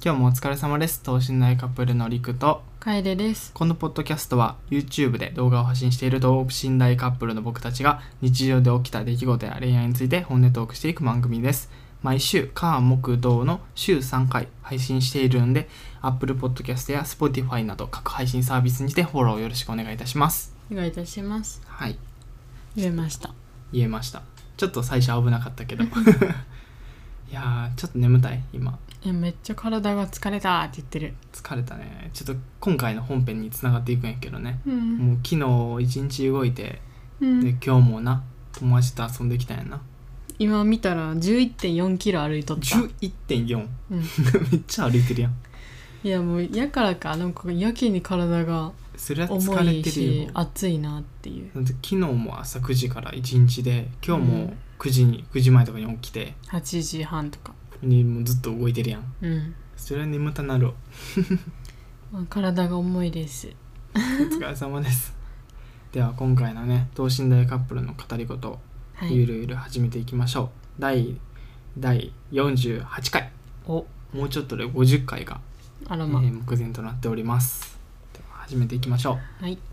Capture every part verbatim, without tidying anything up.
今日もお疲れ様です。等身大カップルのりくと楓です。 このポッドキャストは YouTube で動画を発信している等身大カップルの僕たちが日常で起きた出来事や恋愛について本音トークしていく番組です。毎週火木土の週さんかい配信しているので Apple Podcast や Spotify など各配信サービスにてフォローよろしくお願いいたします。 お願いいたします。 はい、 言えました言えました。ちょっと最初危なかったけどいやーちょっと眠たい今。 いやめっちゃ体が疲れたって言ってる。 疲れたね。ちょっと今回の本編につながっていくんやけどね、 うん、 もう昨日一日動いて、 うん、 で今日もな友達と遊んできたんやな。 今見たら じゅういってんよんキロ歩いとった。 じゅういってんよん、 うん、 めっちゃ歩いてるやん。 いやもうやからかなんかやけに体がそれは疲重れてるいしよ。 暑いなっていう。 だって昨日も朝くじから一日で今日もくじに、うん、くじまえとかに起きてはちじはんとかにもうずっと動いてるやん。 うんそれは眠たなる。 体が重いです。 お疲れ様です。では今回のね等身大カップルの語り事、はい、ゆるゆる始めていきましょう。第第よんじゅうはちかい、おもうちょっとでごじゅっかいが、 あらま、 えー、目前となっております。では始めていきましょう。 はい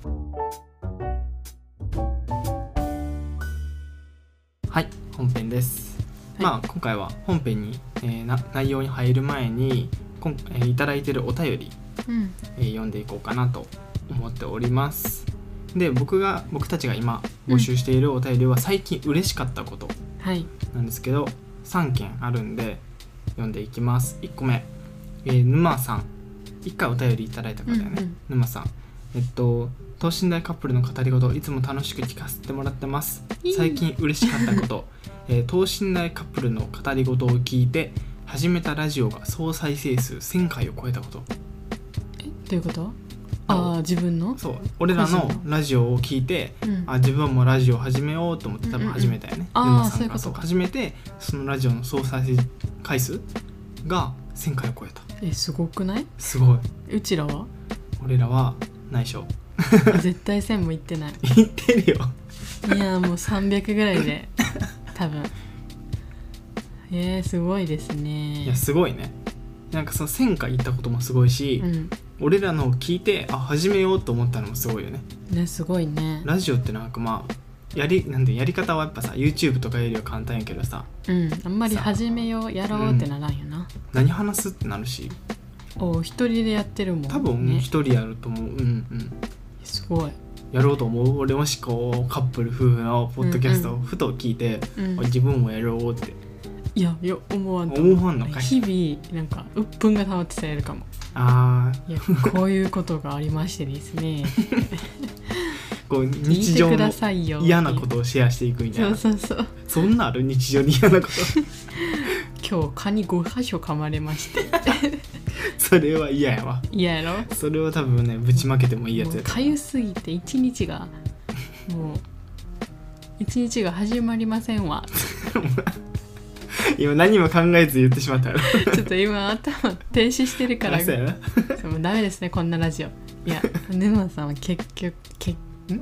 はい、本編です。はい、まあ今回は本編に、えー、な内容に入る前にこん、えー、いただいているお便り、 うんえー、読んでいこうかなと思っております。で僕が僕たちが今募集しているお便りは最近嬉しかったことなんですけど、はい、さんけんあるんで読んでいきます。いっこめ、えー、沼さん、いっかいお便りいただいた方だよね、うんうん、沼さん、えっと等身大カップルの語り事いつも楽しく聞かせてもらってます。最近嬉しかったことえー、等身大カップルの語り事を聞いて始めたラジオが総再生数せんかいを超えたこと。 えどういうこと？ああ自分の？そう俺らのラジオを聞いて、うん、あ自分もラジオ始めようと思って多分始めたよね、 うんうんうん、あそういうことそう始めてそのラジオの総再生回数がせんかいを超えた。 えすごくない？ すごい。 うちらは？ 俺らは内緒絶対せんもいってない。 いってるよ。 いやもうさんびゃくぐらいで多分。えー、すごいですね。 いやすごいね。なんかそのせんかい行ったこともすごいし、うん、俺らのを聞いてあ始めようと思ったのもすごいよね。 ねすごいね。 ラジオってなんかまあやりなんでやり方はやっぱさ YouTube とかよりは簡単やけどさ、 うんあんまり始めようやろうってならんよな、うん、 何話すってなるし。 お一人でやってるもん、ね、 多分一人やると思う。うんうんすごいやろうと思う。俺もしこうカップル夫婦のポッドキャストをふと聞いて、うんうん、自分もやろうっていやいや思わんと思わんのかい。 日々なんか鬱憤が溜まってたらやるかも。 あいやこういうことがありましてですねこう日常の嫌なことをシェアしていくみたいな。 そうそうそう。 そんなある日常に嫌なこと今日蚊にごかしょ噛まれましてそれは嫌やわ。 嫌やろ。 それは多分ねぶちまけてもいいやつや。 かゆすぎて一日がもう一日が始まりませんわ今何も考えず言ってしまったちょっと今頭停止してるからそうやなもうダメですねこんなラジオ。いや沼さんは結局けん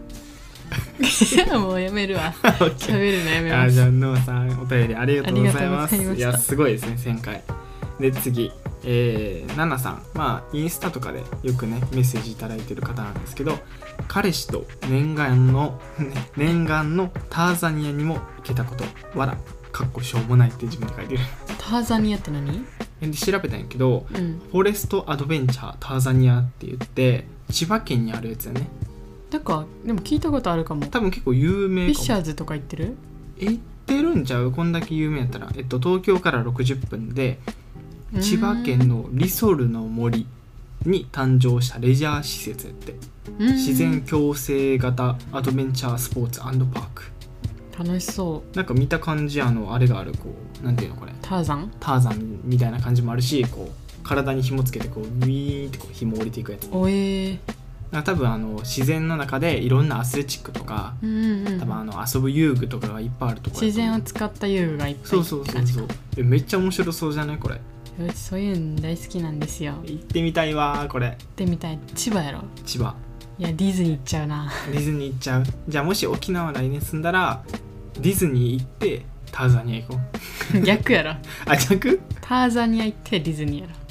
もうやめるわ喋るのやめます。 あじゃあ沼さんお便りありがとうございます。いやすごいですねせんかいで。次えー、ナナさん、まあインスタとかでよくねメッセージいただいてる方なんですけど、彼氏と念願の念願のターザニアにも行けたことわらかっこしょうもないって自分で書いてる。 ターザニアって何？ で調べたんやけど、うん、フォレストアドベンチャーターザニアって言って千葉県にあるやつやね。 だからでも聞いたことあるかも。 多分結構有名かも。 フィッシャーズとか行ってる？ 行ってるんちゃう？こんだけ有名やったら。えっと東京からろくじゅっぷんで千葉県のリソルの森に誕生したレジャー施設やって、自然共生型アドベンチャースポーツ&パーク。 楽しそう。 なんか見た感じあのあれがあるこうなんていうのこれターザンターザンみたいな感じもあるし、こう体に紐つけてこうウィーンってこう紐降りていくやつ。 おえーなんか多分あの自然の中でいろんなアスレチックとか、うんうん、多分あの遊ぶ遊具とかがいっぱいあるところ。 自然を使った遊具がいっぱい。 そうそうそうそう。えめっちゃ面白そうじゃないこれ。 そういうの大好きなんですよ。 行ってみたいわこれ。行ってみたい。千葉やろ。 千葉。 いやディズニー行っちゃうな。 ディズニー行っちゃう。じゃあもし沖縄来年住んだらディズニー行ってターザニア行こう。 逆やろ。 あ逆？ ターザニア行ってディズニーやろ。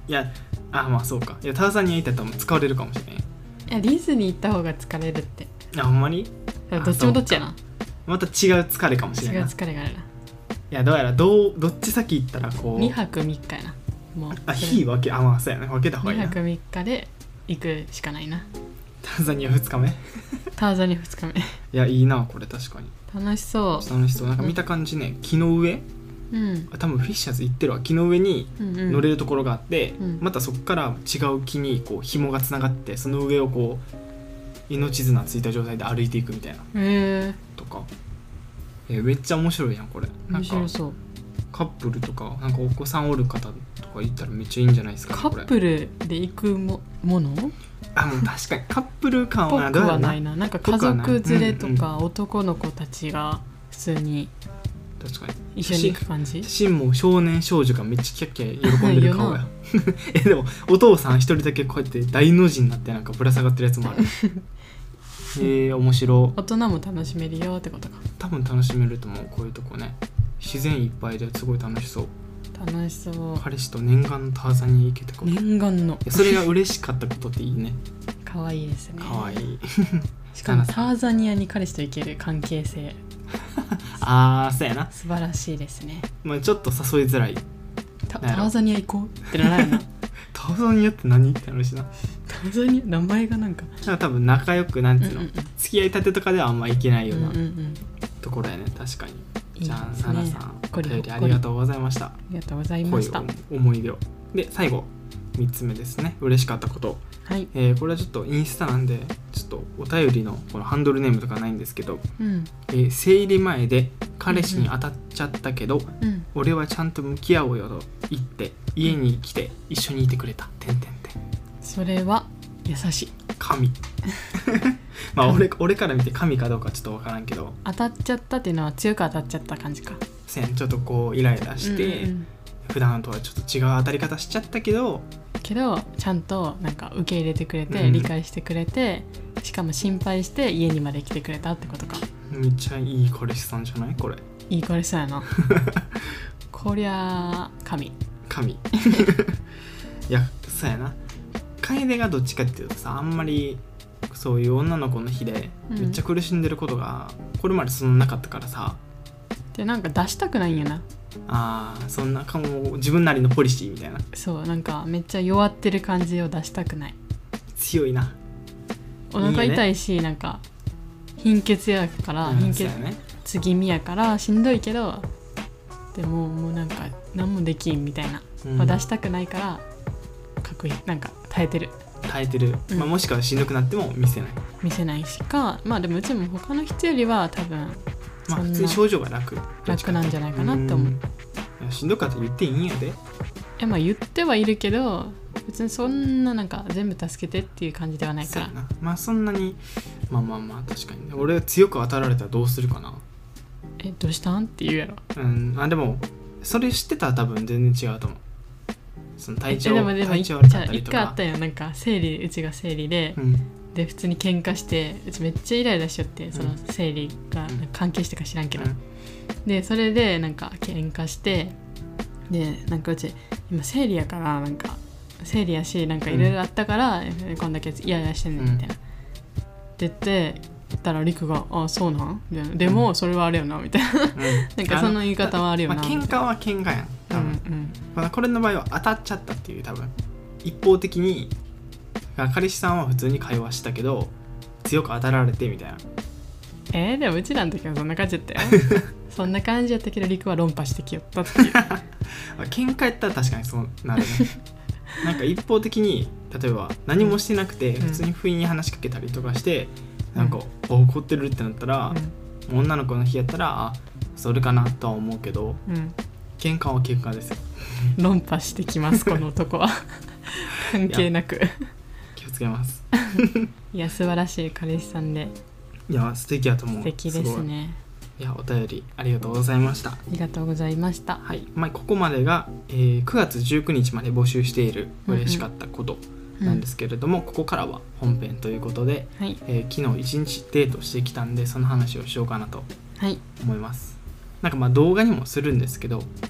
いやあまあそうか。いやターザニア行ったらもう使われるかもしれない。いやディズニー行った方が疲れるって。 あほんまにどっちもどっちやな。 また違う疲れかもしれない。 違う疲れがあるな。いやどうやらどうどっち先行ったらこうにはくみっかやな。もうあ日分けあまあそうやね分けた方がいいな。 にはくみっかで行くしかないな。 ターザニアふつかめターザニアふつかめ。いやいいなこれ確かに楽しそう。 楽しそう。なんか見た感じね、木の上、うん、多分フィッシャーズ行ってるわ。木の上に乗れるところがあって、うんうん、またそこから違う木にこう紐がつながってその上をこう命綱ついた状態で歩いていくみたいな。へーとか、えめっちゃ面白いやんこれ。 面白そう。 カップルとかなんかお子さんおる方とか行ったらめっちゃいいんじゃないですか、ね、 カップルで行く も, ものあもう確かにカップル感は僕はないな。なんか家族連れとか男の子たちが普通に確かに一緒に行く感じ。 私も少年少女がめっちゃキャッキャ喜んでる顔やえでもお父さん一人だけこうやって大の字になってなんかぶら下がってるやつもあるえー、面白。 大人も楽しめるよってことか。 多分楽しめると思う。こういうとこね自然いっぱいですごい楽しそう。 楽しそう。 彼氏と念願のターザニア行けたこと。 念願のそれが嬉しかったことっていいね。 可愛いですね。 可愛いしかもターザニアに彼氏と行ける関係性ああそうやな。 素晴らしいですね。 まあちょっと誘いづらい。 ターザニア行こうってならないなターザニアって何って話な。 ターザニア名前がなんかなんか多分仲良くなんていうの、うんうんうん、付き合いたてとかではあんま行けないような、 うんうんうん、 ところやね。確かに。 いいじゃあナナさんお便りありがとうございました。ありがとうございました。 こういう思い出を。で最後みっつめですね。嬉しかったこと、はいえー、これはちょっとインスタなんでちょっとお便りのこのハンドルネームとかないんですけど、うんえー、生理前で彼氏に当たっちゃったけど、うんうん、俺はちゃんと向き合おうよと言って家に来て一緒にいてくれた。てんてんてん。それは優しい。 神まあ 俺, 俺から見て神かどうかちょっと分からんけど、 当たっちゃったっていうのは強く当たっちゃった感じか。 せんちょっとこうイライラして、うんうん、普段とはちょっと違う当たり方しちゃったけどけどちゃんとなんか受け入れてくれて、うん、理解してくれて、しかも心配して家にまで来てくれたってことか。 めっちゃいい彼氏さんじゃないこれ。 いい彼氏さんやなこりゃ神神いやそうやな。楓がどっちかっていうとさ、あんまりそういう女の子の日でめっちゃ苦しんでることがこれまでそんななかったからさ、 でなんか出したくないんやな。 あーそんなかも自分なりのポリシーみたいな。 そうなんかめっちゃ弱ってる感じを出したくない。 強いな。 お腹痛いし、いい、ね、なんか貧血やから、うん、貧血、ね、気味やからしんどいけどでももうなんか何もできんみたいな、うんまあ、出したくないからかっこいい。なんか耐えてる耐えてる、うんまあ、もしくはしんどくなっても見せない見せないしか、まあでもうちも他の人よりは多分まあ普通に症状が楽楽なんじゃないかなって思う。 いやしんどかったら言っていいんやで。いやまあ言ってはいるけど別にそんななんか全部助けてっていう感じではないから。 そうやな。まあそんなにまあまあまあ確かに、ね、俺強く当たられたらどうするかな。 えどうしたんって言うやろ。 うんあでもそれ知ってたら多分全然違うと思う。その体調でもでも体調悪かったりとか。 一回あったよ。なんか生理うちが生理で、うん、で普通に喧嘩してうちめっちゃイライラしちゃって、その生理が関係してか知らんけど、うん、でそれでなんか喧嘩してでなんかうち今生理やからなんか生理やしなんかいろいろあったから、うん、こんだけイライラしてんねんみたいな、うん、って言って言ったらリクがあそうなんで, でもそれはあれよなみたいな、うん、なんかその言い方はあるよな。 まあ、喧嘩は喧嘩やん多分、うんうんまあ、これの場合は当たっちゃったっていう多分一方的に彼氏さんは普通に会話したけど強く当たられてみたいな。 えー、でもうちらの時はそんな感じだったよそんな感じやったけどリクは論破してきよったっていう喧嘩やったら確かにそうなるねなんか一方的に例えば何もしてなくて普通に不意に話しかけたりとかして、うん、なんか怒ってるってなったら、うん、女の子の日やったらあそれかなとは思うけど、うん、喧嘩は喧嘩ですよ論破してきますこの男は関係なく気をつけますいや素晴らしい彼氏さんでいや素敵やと思う。 素敵ですね。 いやお便りありがとうございました。ありがとうございました。 はい、まあ、ここまでが、えー、くがつじゅうくにちまで募集している嬉しかったことなんですけれども、うんうん、ここからは本編ということで、はいえー、昨日一日デートしてきたんでその話をしようかなと思います、はい、なんかまあ動画にもするんですけど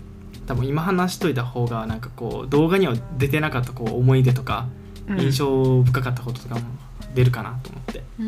多分今話しといた方がなんかこう動画には出てなかったこう思い出とか、うん、印象深かったこととかも出るかなと思って、うん、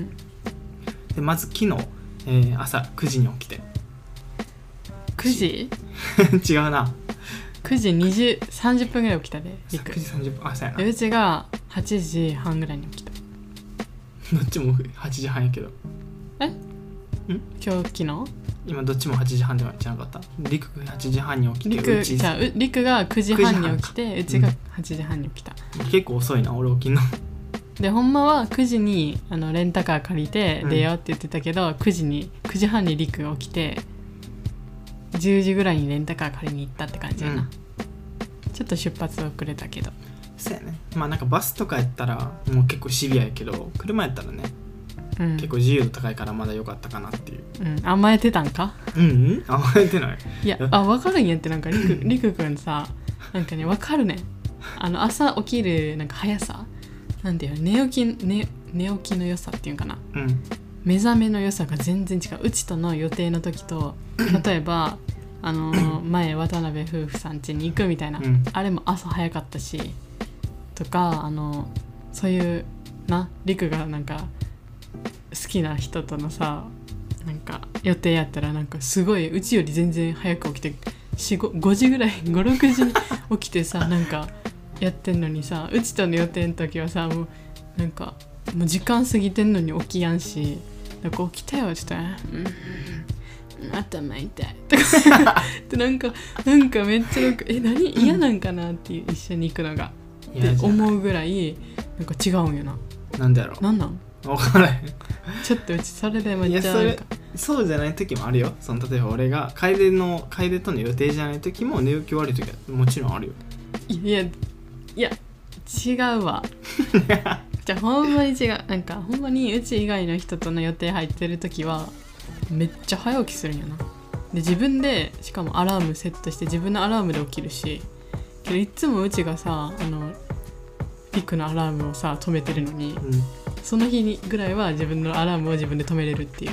でまず昨日、えー、朝くじに起きてくじ違うなくじにじゅう、さんじゅっぷんぐらい起きたでくじさんじゅっぷん、あ、そうやな。 うちがはちじはんぐらいに起きた。 どっちもはちじはんやけど。 え？ん？今日昨日？ 今どっちもはちじはんではじゃなかった。リクがはちじはんに起きて、 リク、じゃあリクがくじはんに起きて、うちがはちじはんに起きた。 うん、結構遅いな、俺起きんの。 でほんまはくじにあのレンタカー借りて出ようって言ってたけど、うん、くじにくじはんにリクが起きてじゅうじぐらいにレンタカー借りに行ったって感じやな、うん、ちょっと出発遅れたけど。 そうやね。まあなんかバスとかやったらもう結構シビアやけど、車やったらね、うん、結構自由度高いからまだ良かったかなっていう、 うん、甘えてたんか。 うん、うん、甘えてない。 いや、あ、分かるんやって。なんかリク、リクくんさ、なんかね分かるねん。あの朝起きるなんか速さ、なんていうの、寝起き、ね、寝起きの良さっていうんかな、うん、目覚めの良さが全然違う。うちとの予定の時と、例えばあの前渡辺夫婦さん家に行くみたいな、うん、あれも朝早かったしとか、あのそういうな、リクがなんか好きな人とのさ、なんか予定やったらなんかすごいうちより全然早く起きてよん、ごじぐらいご、ろくじに起きてさなんかやってんのにさ、うちとの予定の時はさ、もうなんかもう時間過ぎてんのに起きやんし、なんか起きたよって言ったら、うん、頭痛いとかってなんかなんかめっちゃなんかえ何嫌なんかなっていう一緒に行くのがって思うぐらいなんか違うんよな。 なんでやろう。 なんなん分からへん。 ちょっとうちそれでめっちゃなんか、いやそれそうじゃない時もあるよ。その例えば俺が楓の楓との予定じゃない時も寝起き悪い時はもちろんあるよ。 いやいや違うわ。じゃあほんまに違う。なんかほんまにうち以外の人との予定入ってる時はめっちゃ早起きするんやな。で自分でしかもアラームセットして自分のアラームで起きるし、けどいつもうちがさあのリクのアラームをさ止めてるのに、うん、その日にぐらいは自分のアラームを自分で止めれるっていう。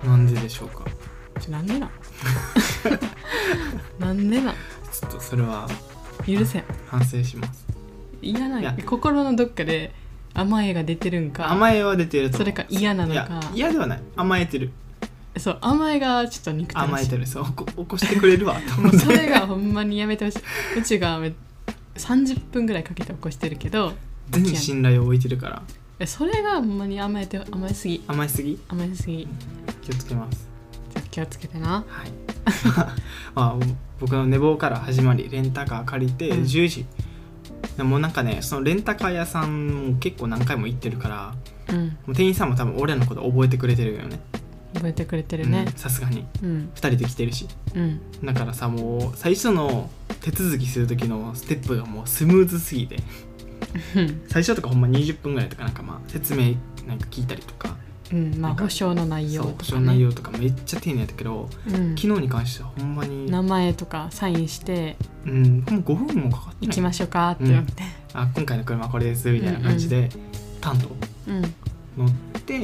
なんででしょうか。 ちょなんでななんでなちょっとそれは許せん。 反省します。 嫌な、いや心のどっかで甘えが出てるんか、 甘えは出てると思う。 それか嫌なのか。いや嫌ではない、甘えてる。 そう甘えがちょっと憎たらしい。 甘えてる。そう起こしてくれるわと思ってそれがほんまにやめてほしい。うちがさんじゅっぷんぐらいかけて起こしてるけど全然信頼を置いてるから。 それがほんまに甘えて甘えすぎ甘えすぎ甘えすぎ。 気をつけます。 じゃあ気をつけてな。 はい。まあ僕の寝坊から始まりレンタカー借りてじゅうじ、うん、でもなんかねそのレンタカー屋さんも結構何回も行ってるから、うん、もう店員さんも多分俺のこと覚えてくれてるよね。 覚えてくれてるね。 さすがに、うん、ふたりで来てるし、うん、だからさもう最初の手続きする時のステップがもうスムーズすぎて最初とかほんまにじゅっぷんぐらいとかなんかまあ説明なんか聞いたりとか、 うんまあ、保証の内容とか、ね、 保証の内容とかめっちゃ丁寧やったけど、うん、昨日に関してはほんまに名前とかサインしてうんもうごふんもかかってない。 行きましょうかって言って、 うん、あ今回の車これですみたいな感じで、うんうん、担当乗って、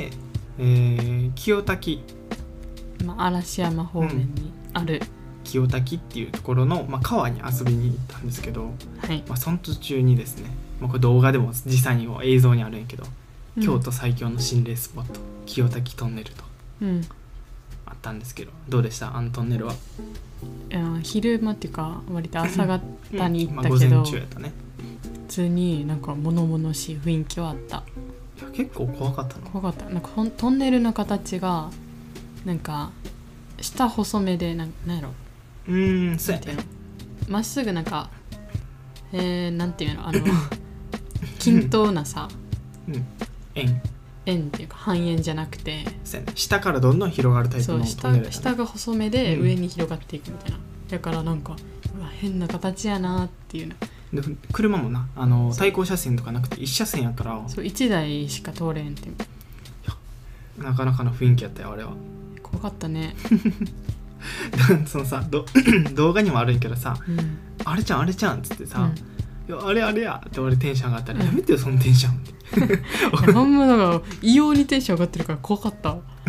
えー、清滝、 まあ、嵐山方面にある、うん、 清滝っていうところの、まあ、川に遊びに行ったんですけど、はいまあ、その途中にですね、まあ、これ動画でも実際に映像にあるんやけど、うん、京都最強の心霊スポット清滝トンネルと、うん、あったんですけどどうでしたあのトンネルは。 いや昼間っていうか割と朝方に行ったけど、うんまあ、午前中やったね。 普通になんか物々しい雰囲気はあった。 いや結構怖かったの。 怖かった。なんかトンネルの形がなんか下細めでなんなんやろうーんそうやね。 まっすぐなんかえー、なんていうのあの均等なさ、 うん、円円っていうか半円じゃなくてそうやね下からどんどん広がるタイプのトンネルやね。 そう 下, 下が細めで上に広がっていくみたいな、うん、だからなんかうわ変な形やなっていうので車もなあの対向車線とかなくて一車線やからそういちだいしか通れんってなかなかの雰囲気やったよあれは。 怖かったねそのさ動画にもあるんやけどさ、うん、あれちゃんあれちゃんっつってさ、うん、いやあれあれやって俺テンション上がったら、うん、やめてよそのテンションっていやほんまだから異様にテンション上がってるから怖かった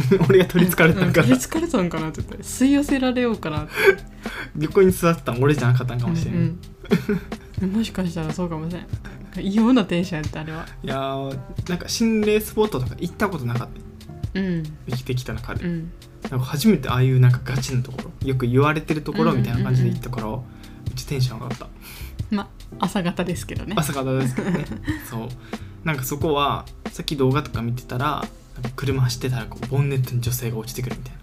俺が取りつかれたんかな、 取りつかれたんかなって言って吸い寄せられようかなって横に座ったん俺じゃなかったんかもしれない、うんうん、もしかしたらそうかもしれない。異様なテンションやったあれは。 いやーなんか心霊スポットとか行ったことなかった、うん、生きてきた中で、うん、なんか初めてああいうなんかガチのところよく言われてるところみたいな感じで行ったから、うんうんうん、めっちゃテンション上がった。 まあ朝方ですけどね。 朝方ですけどねそうなんかそこはさっき動画とか見てたらなんか車走ってたらこうボンネットに女性が落ちてくるみたい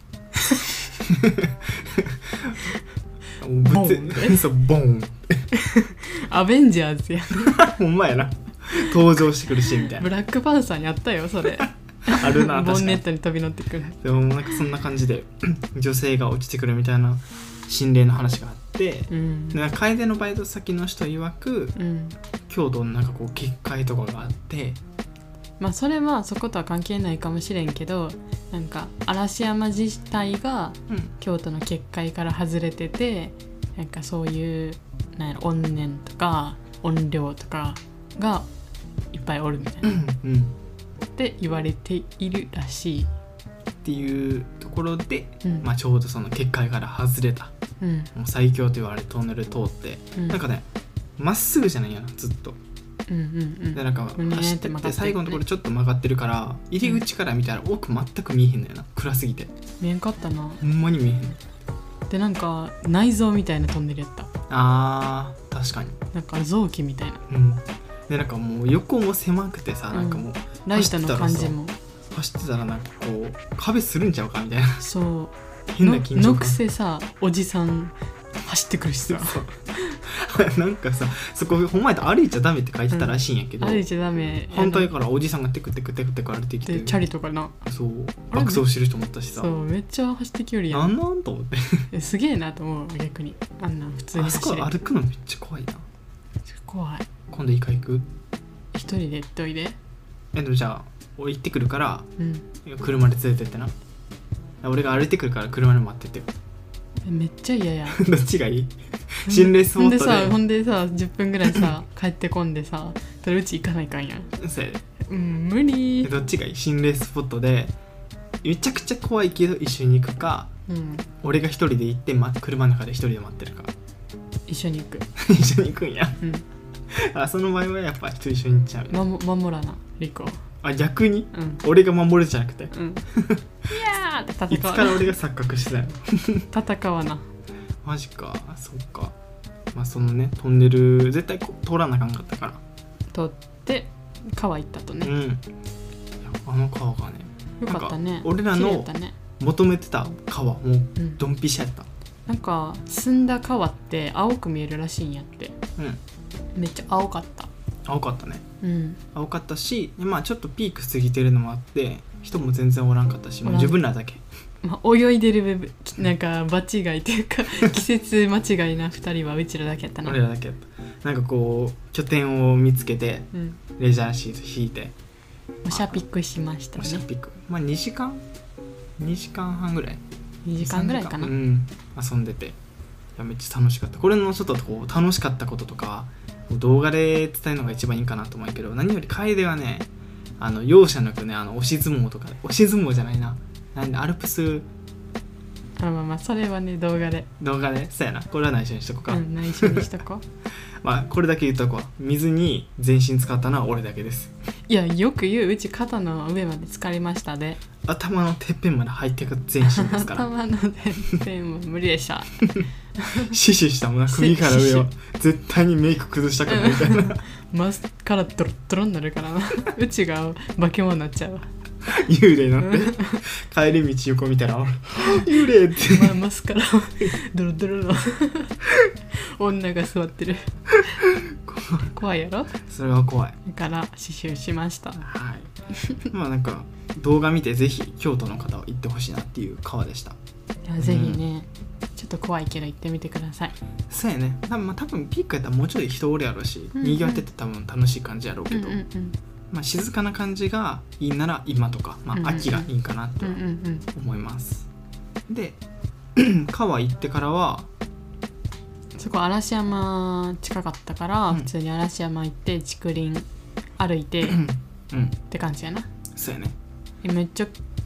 なボンそうボンアベンジャーズやほんまやな登場してくるしみたいな。 ブラックパンサーにあったよそれあるなボンネットに飛び乗ってくる。 でもなんかそんな感じで女性が落ちてくるみたいな心霊の話があって、うん、なんか楓のバイト先の人曰く、うん、京都のなんかこう結界とかがあって、 まあそれはそことは関係ないかもしれんけどなんか嵐山自体が京都の結界から外れてて、うん、なんかそういうなんやろ怨念とか怨霊とかがいっぱいおるみたいな、うんうん、って言われているらしいっていうところで、うんまあ、ちょうどその結界から外れた、うん、もう最強と言われるトンネル通って、うん、なんかねまっすぐじゃないやなずっと、うんうんうん、でなんか走ってって最後のところちょっと曲がってるから入り口から見たら奥全く見えへんのよな暗すぎて見えんかったなほんまに見えへんでなんか内臓みたいなトンネルやった。 あー確かになんか臓器みたいな、 うん、でなんかもう横も狭くてさ、うん、なんかもうライトの感じも走ってたらなんかこう壁するんちゃうかみたいなそう変な緊張感のくせさおじさん走ってくるしさなんかさそこほんまやと歩いちゃダメって書いてたらしいんやけど、 うん、歩いちゃダメ反対からおじさんがテクテクテクテク歩いてきてでチャリとかなそう爆走してる人もったしさそうめっちゃ走ってきよりやんなんなんと思ってすげえなと思う逆にあんな普通に走れあそこ歩くのめっちゃ怖いな怖い。 今度いいか行く一人で行っといで。 えでもじゃあ俺行ってくるから、うん、車で連れてってな俺が歩いてくるから車で待っててよ。 めっちゃ嫌やどっちがいい心霊スポットで。 ほんでさほんでさじゅっぷんぐらいさ帰ってこんでさそれうち行かないかんやん。 そうやでうん無理。 どっちがいい心霊スポットでめちゃくちゃ怖いけど一緒に行くか、うん、俺が一人で行って、ま、車の中で一人で待ってるか。 一緒に行く一緒に行くんや、うん、あその場合はやっぱ一緒に行っちゃう、 ま、守らなリコ。 あ逆に、うん、俺が守るじゃなくて、うん、いやーって戦わない。 いつから俺が錯覚してたよ戦わな。 マジかそっか。まあそのねトンネル絶対通らなあかんかったから通って川行ったとね、うん、いやあの川がねよかったね。 俺らの求めてた川もうドンピシャやった、うん、 なんか澄んだ川って青く見えるらしいんやって、うん、めっちゃ青かった。 青かったね、うん、青かったし、まあ、ちょっとピーク過ぎてるのもあって人も全然おらんかったしもう自分らだけ、 まあ、泳いでる部分なんか場違いというか季節間違いなふたりはうちらだけやったな。 俺らだけやった。なんかこう拠点を見つけて、うん、レジャーシート引いておしゃピックしましたね。 おしゃピック、まあ、にじかんにじかんはんぐらいにじかんぐらいかな、 うん、遊んでていやめっちゃ楽しかった。これのちょっとこう楽しかったこととか動画で伝えるのが一番いいかなと思うけど何より楓はねあの容赦なくねあの押し相撲とか押し相撲じゃないななんでアルプスあまあまあそれはね動画で動画でそうやなこれは内緒にしとこうか。 うん内緒にしとこうまあこれだけ言っとこう水に全身使ったのは俺だけです。 いやよく言ううち肩の上まで浸かりましたで頭のてっぺんまで入ってく全身ですから頭のてっぺんも無理でした死守したもんな首から上は絶対にメイク崩したくないみたいなマスカラドロッドロになるからなうちが化け物になっちゃうわ幽霊になって帰り道横見たら幽霊って、 まあ、マスカラドロドロの女が座ってる怖いやろ。 それは怖いだから刺繍しました。 はいまあなんか動画見てぜひ京都の方は行ってほしいなっていう川でした。 いやぜひね、うん、ちょっと怖いけど行ってみてください。 そうやね多分、まあ、多分ピークやったらもうちょい人おるやろうし、うんうん、賑わってて多分楽しい感じやろうけど、うんうんうんまあ、静かな感じがいいなら今とか、まあ、秋がいいかなと思います、うんうんうん、で川行ってからはそこ嵐山近かったから、うん、普通に嵐山行って竹林歩いて、うん、って感じやな。 そうやねめっちゃ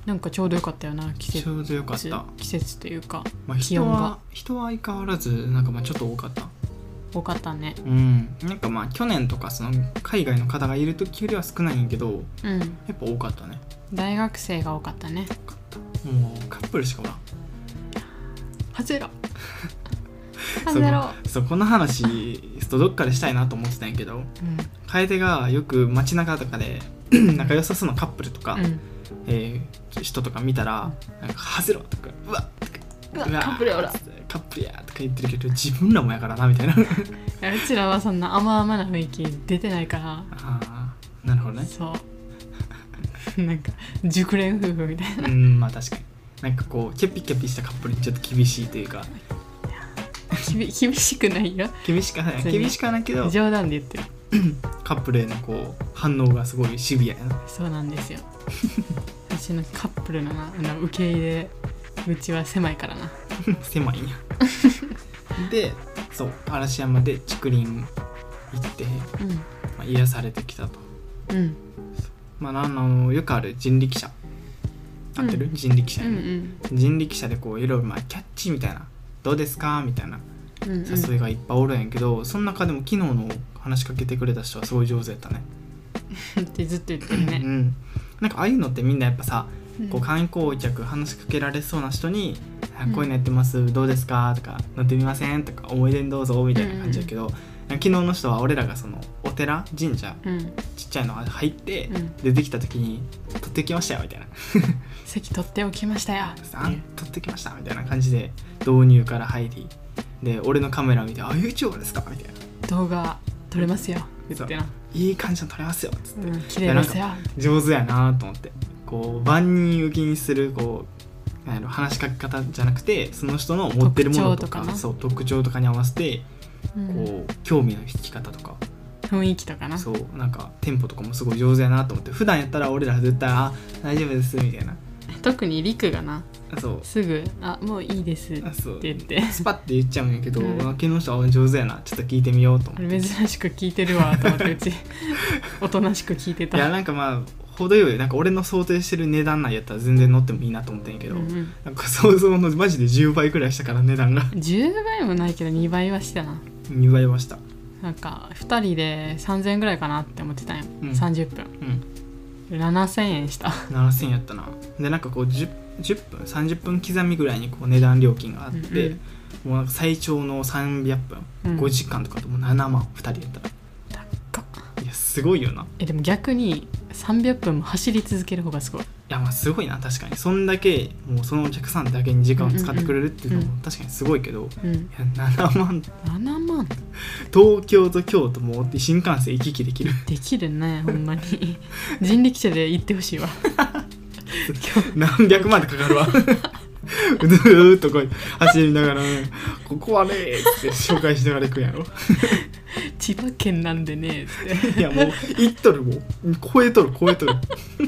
なんかちょうどよかったよな、季節。 ちょうどよかった。 季節というか、 まあ、気温が人は相変わらずなんかまあちょっと多かった。 多かったね。 うん。なんかまあ去年とかその海外の方がいる時よりは少ないんやけど、うん、やっぱ多かったね。 大学生が多かったね。多かった。もうカップルしかおらん。 はゼロ。はゼロ。 そう、この話どっかでしたいなと思ってたんやけど、うん、楓がよく街中とかで仲良さそうなカップルとか、うん、えー、人とか見たらなんかはゼロとかうわっとかうわカップルやらカップルやとか言ってるけど自分らもやからなみたいな。いやうちらはそんな甘々な雰囲気出てないから。 ああ、なるほどね。 そうなんか熟練夫婦みたいな。 うん、まあ確かになんかこうキャピキャピしたカップルにちょっと厳しいというか。 厳しくないよ。 厳しくない厳しくはないけど冗談で言ってる。 カップルへのこう反応がすごいシビアやな。 そうなんですよ。私のカップルのなあの受け入れうちは狭いからな。 狭いんや。でそう嵐山で竹林行って、うん、まあ、癒されてきたと。うん、まあ、あのよくある人力車合ってる、うん、人力車、ね、うんうん、人力車でこういろいろまあキャッチみたいなどうですかみたいな誘いがいっぱいおるんやけど、うんうん、その中でも昨日の話しかけてくれた人はすごい上手やったね。 ってずっと言ってるね。 うん、なんかああいうのってみんなやっぱさ、うん、こう観光客話しかけられそうな人に、うん、こういうのやってますどうですかとか乗ってみませんとか思い出にどうぞみたいな感じだけど、うんうん、昨日の人は俺らがそのお寺神社、うん、ちっちゃいのが入って、うん、出てきた時に取ってきましたよみたいな。 席取っておきましたよ取ってきましたみたいな感じで導入から入りで俺のカメラを見てあ YouTuber ですかみたいな動画撮れますよ言ってな、 いい感じの撮れますよつって、うん、 綺麗ですよ上手やなと思って、こう万人受けにするこうなんやろ話しかけ方じゃなくてその人の持ってるものとか特徴とか、そう特徴とかに合わせて、うん、こう興味の引き方とか雰囲気とかな、 そうなんかテンポとかもすごい上手やなと思って、普段やったら俺ら絶対あ大丈夫ですみたいな、 特にリクがなそうすぐあもういいですって言ってスパッて言っちゃうんやけど、うん、昨日の人は上手やなちょっと聞いてみようと思って珍しく聞いてるわと思ってうちおとなしく聞いてた。 いやなんかまあ程よいなんか俺の想定してる値段内やったら全然乗ってもいいなと思ってんやけど、うんうん、なんか想像のマジでじゅうばいくらいしたから値段がじゅうばいもないけどにばいはしたな。 にばいはした。 なんかふたりでさんぜんえんぐらいかなって思ってたんよ、うん、さんじゅっぷん、うん、ななせんえんしたななせんえんやったな。でなんかこう 10, じゅっぷんさんじゅっぷん刻みぐらいにこう値段料金があって、うんうん、もうなんか最長のさんびゃっぷん、うん、ごじかんとかともななまんふたりやったら高っ。 いやすごいよな。 えでも逆にさんびゃっぷんも走り続ける方がすごい。 いやまあすごいな確かに。そんだけもうそのお客さんだけに時間を使ってくれるっていうのも確かにすごいけど、うんうん、いやななまんななまん東京と京都も新幹線行き来できるできるねほんまに人力車で行ってほしいわ何百万でかかるわうずーっとこう走りながら、ね、ここはねーって紹介しながら行くんやろ千葉県なんでねーっていやもう行っとるもう超えとる超えとる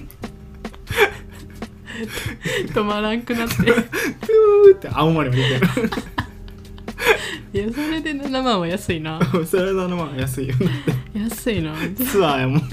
止まらんくなってプーって青森まで行くいやそれでななまんは安いなそれななまんは安いよ安いなツアーやもん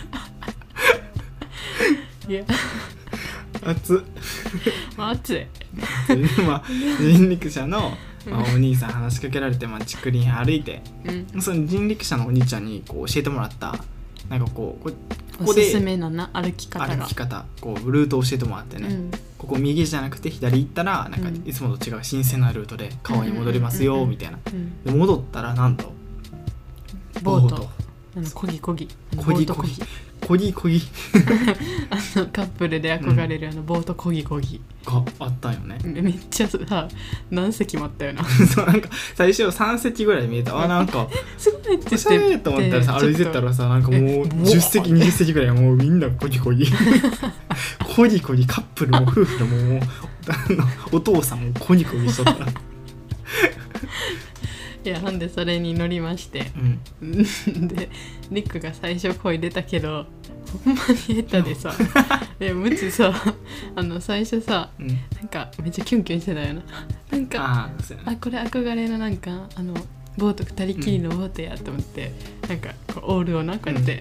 いや熱っ熱いまあ人力車の、まあ、お兄さん話しかけられて、まあ、竹林歩いて、うん、その人力車のお兄ちゃんにこう教えてもらったなんかこうここでおすすめのな歩き方が歩き方こうルートを教えてもらってね、うん、ここ右じゃなくて左行ったらなんかいつもと違う新鮮なルートで川に戻りますよみたいな、で戻ったらなんとボートこぎこぎこぎこぎこぎこぎあのカップルで憧れる、うん、あのボートこぎこぎがあったんよね。 めっちゃさ何席もあったよなそうなんか最初さん席ぐらい見えたあなんかすごいっておしゃれと思ったらさ歩いてたらさなんかもうじゅっ席にじゅっ席ぐらいもうみんなこぎこぎこぎこぎカップルも夫婦でももうお父さんもこぎこぎしとったいやほんでそれに乗りまして、うん、でリックが最初声出たけどほんまに下手でさでムチさあの最初さ、うん、なんかめっちゃキュンキュンしてたよななんか あ, あこれ憧れのなんかあのボートふたりきりのボートやと思って、うん、なんかこうオールをなこうやって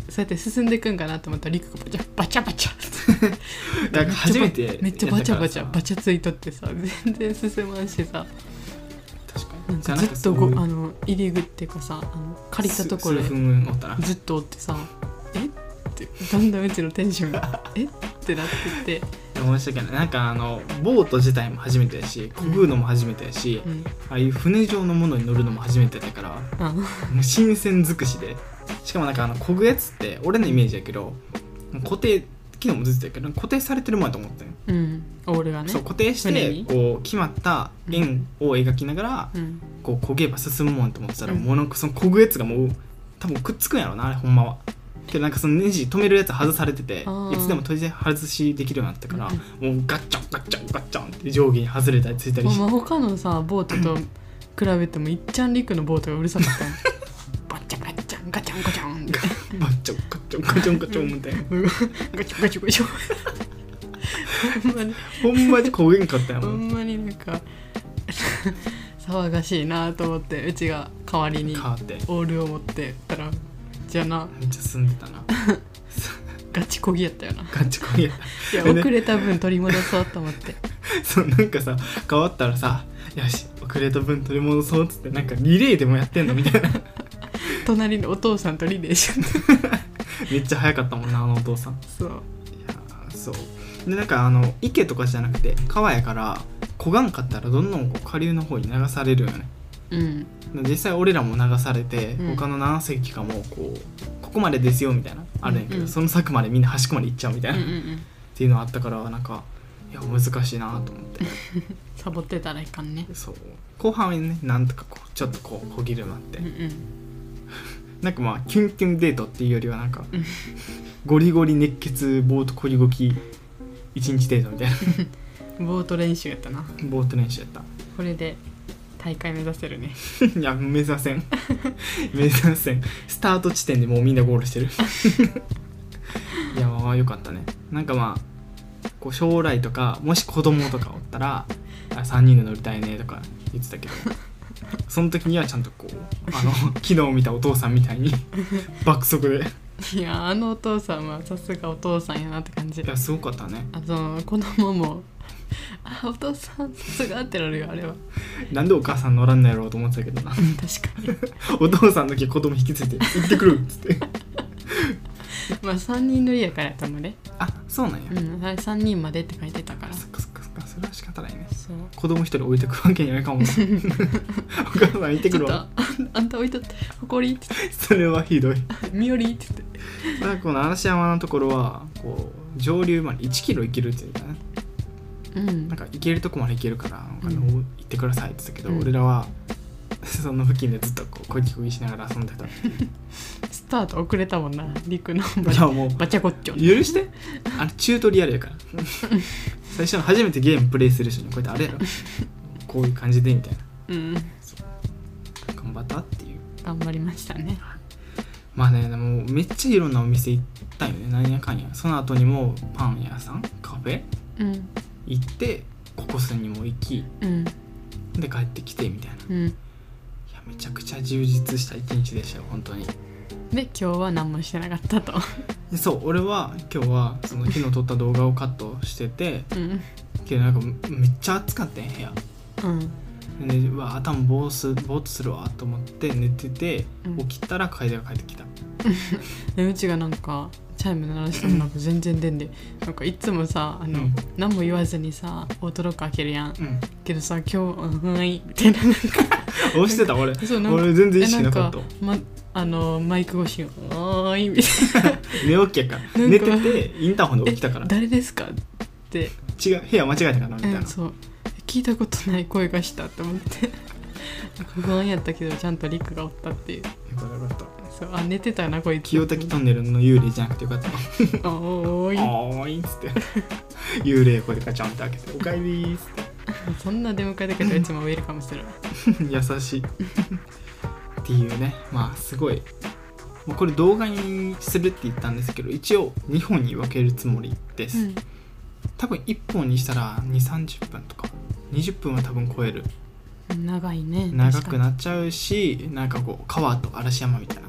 そうやって進んでいくんかなと思ったらリクがバチャバチャバチャだから初めてめっちゃバチャバチャバチャついとってさ全然進まんしさ、 確かになんかずっとごあの入り口っていうかさ、あの借りたところでずっとおってさ、えってだんだんうちのテンションがえってなってて、 面白いけどなんかあのボート自体も初めてやし、漕ぐのも初めてやし、うん、ああいう船状のものに乗るのも初めてだから、うん、もう新鮮尽くしで、しかもなんかあの漕ぐやつって俺のイメージやけど固定、昨日もずっと言ったけど固定されてるもんやと思ってん、 うん、俺がねそう固定してこう決まった円を描きながら、うん、こう漕げば進むもんと思ってたら、うん、もうなんかその漕ぐやつがもう多分くっつくんやろなあれほんまは。けどなんかそのネジ止めるやつ外されてて、いつでも閉じて外しできるようになったから、うん、もうガッチャンガッチャンガッチャンって上下に外れたりついたりして、 他のさボートと比べてもいっちゃんリクのボートがうるさかったバッチャバッチャンガチャンガチャンってバッチャンガチャンガチャンガチャンみたいなガチャンガチャンガチャンほんまにほんまに焦げんかったやもん。ほんまになんか騒がしいなと思って、うちが代わりにオールを持ってたらじゃあなめっちゃ進んでたなガチこぎやったよな。 ガチこぎやったいや遅れた分取り戻そうと思ってそうなんかさ変わったらさよし遅れた分取り戻そうっつってなんかリレーでもやってんのみたいな隣のお父さんとリレーしちゃっためっちゃ早かったもんなあのお父さん。 そういやそうでなんかあの池とかじゃなくて川やから漕がんかったらどんどんこう下流の方に流されるよね。うん、実際俺らも流されて、うん、他の何隻かもこうここまでですよみたいなあるんやけど、うんうん、その柵までみんな端っこまで行っちゃうみたいな、うんうんうん、っていうのがあったからなんかいや難しいなと思ってサボってたらいかんね。 そう後半はねなんとかこうちょっとこうこぎるようになって、うんうん、なんかまあキュンキュンデートっていうよりはなんかゴリゴリ熱血ボートこぎごき一日デートみたいなボート練習やったな。 ボート練習やった。これで大会目指せるねいや目指せん目指せんスタート地点でもうみんなゴールしてるいやまあよかったね。なんかまあこう将来とかもし子供とかおったらさんにんで乗りたいねとか言ってたけどその時にはちゃんとこうあの昨日見たお父さんみたいに爆速でいやあのお父さんはさすがお父さんやなって感じ。 いやすごかったね。 あと子供もあお父さんさすがってなるよあれは。 なんでお母さん乗らんのやろうと思ってたけどな確かにお父さんだけ子供引きついて行ってくるっつってまあさんにん乗りやからやったのね。 あそうなんや、 うん、さんにんまでって書いてたから。 そっかそっかそっかそれは仕方ないね。そう子供一人置いてくわけにはいかんもんお母さん行ってくるわあ, あんた置いとって誇りってそれはひどいみよりって言ってだこの嵐山のところはこう上流までいちキロ行けるっていうかね、うん、なんか行けるとこまで行けるから、うん、あの行ってくださいって言ったけど、うん、俺らはその付近でずっとこうこぎこぎしながら遊んでたスタート遅れたもんな陸のバチャコッチョ許してあれチュートリアルやから最初の初めてゲームプレイする人にこうやってあれやろこういう感じでみたいな、うん、頑張ったっていう頑張りましたね。 まあねでもめっちゃいろんなお店行ったよね。何やかんやその後にもパン屋さんカフェ、うん、行ってココスにも行き、うん、で帰ってきてみたいな、うん、いやめちゃくちゃ充実した一日でしたよ本当に。 で今日は何もしてなかったとそう俺は今日はその昨日撮った動画をカットしてて、うん、けどなんかめっちゃ暑かったん部屋、うん、でうわ頭ボースボーっとするわと思って寝てて、うん、起きたら楓が帰ってきたでうちがなんかチャイム鳴らしてもなんか全然出んでなんかいつもさあの、うん、何も言わずにさオートロック開けるやん、うん、けどさ今日うんはいみたいななんか押してた俺俺全然意識なかった。 まあのマイク越しに「おーい」みたいな寝起きやから寝ててインターホンで起きたから誰ですかって違う部屋間違えたかなみたいな、 うん、そう聞いたことない声がしたと思って不安やったけどちゃんとリクがおったっていう。よかったよかった。 そうあ寝てたなこいつ。 清滝トンネルの幽霊じゃなくてよかったおーいおーいっつって幽霊これガチャンって開けておかえりーっつってそんな出迎えだけどいつもウェルカムする優しいっていうね。まあすごいもうこれ動画にするって言ったんですけど一応にほんに分けるつもりです、うん、多分いっぽんにしたらにじゅうさんじゅっぷんとかにじゅっぷんは多分超える。 長いね。 長くなっちゃうしなんかこう川と嵐山みたいな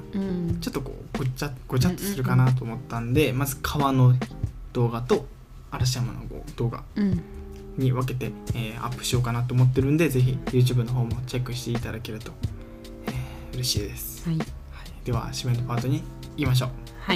うん、ちょっとこうごちゃごちゃっとするかなと思ったんで、うんうんうん、まず川の動画と嵐山の動画に分けて、えー、アップしようかなと思ってるんで、ぜひ YouTube の方もチェックしていただけると、えー、嬉しいです、はいはい、では締めのパートに行きましょう。はい、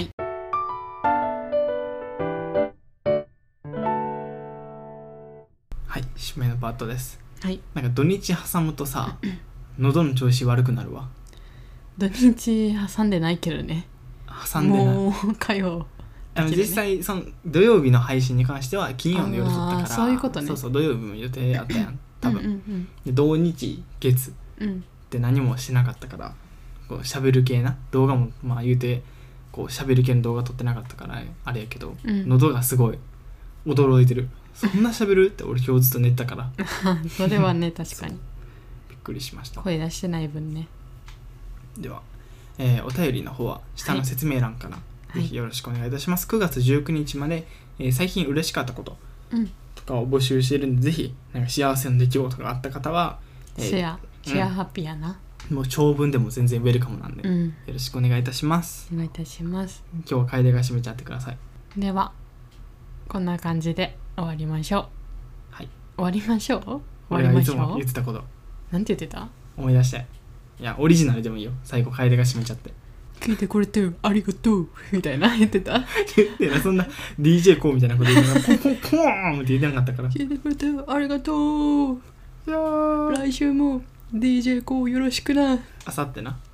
はい、締めのパートです、はい、なんか土日挟むとさ喉の調子悪くなるわ。 土日挟んでないけどね。 挟んでない。 もう火曜、 ね、実際その土曜日の配信に関しては金曜の夜撮ったから、 そういうことね。 そうそう土曜日も予定あったやん多分うんうん、うん、で土日月って何もしなかったから、こう喋る系な動画もまあ言うてこう喋る系の動画撮ってなかったからあれやけど、うん、喉がすごい驚いてる。そんな喋るって俺今日ずっと寝たからそれはね確かにびっくりしました。 声出してない分ね。 では、えー、お便りの方は下の説明欄から、はい、ぜひよろしくお願いいたします、はい、くがつじゅうくにちまで、えー、最近嬉しかったこととかを募集しているんで、うん、ぜひなんか幸せな出来事があった方は、 えー、シェアシェアハッピーやな、 もう長文でも全然ウェルカムなんで、うん、よろしくお願いいたします。 お願いいたします。 今日は楓が締めちゃってください。 ではこんな感じで終わりましょう。はい、終わりましょう終わりましょう。 俺がいつも言ってたことなんて言ってた？ 思い出して。いやオリジナルでもいいよ。最後楓が締めちゃって聞いてくれてありがとうみたいな言ってた言ってなそんな ディージェー コーみたいなこと言ってなポンポンポーンって言ってなかったから聞いてくれてありがとう。じゃあ来週も ディージェー コーよろしくな。 あさってな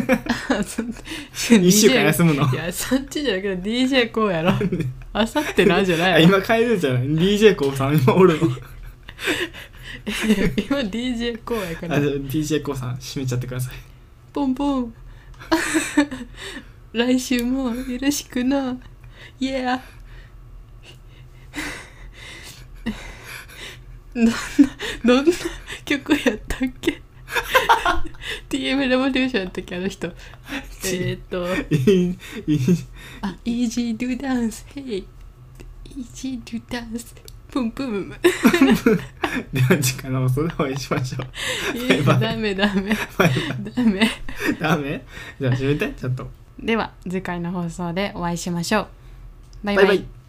いっしゅうかん休むの。 いやそっちじゃなくて ディージェー コーやろあさってなじゃない今帰るじゃない ディージェー コーさん今おるの今 ディージェー コーやから。 あ、ディージェー コーさん閉めちゃってください。 ポンポン来週もよろしくな。イエーどんなどんな曲やったっけティーエム レボリューションやったっけあの人。えーっとあ Easy to dance Hey Easy to danceプンプンでは次回の放送でお会いしましょう。 バイバイ。ダメダメバイバイダメダメじゃあ閉めてちょっと。 では次回の放送でお会いしましょう。バイバイ。バイバイ。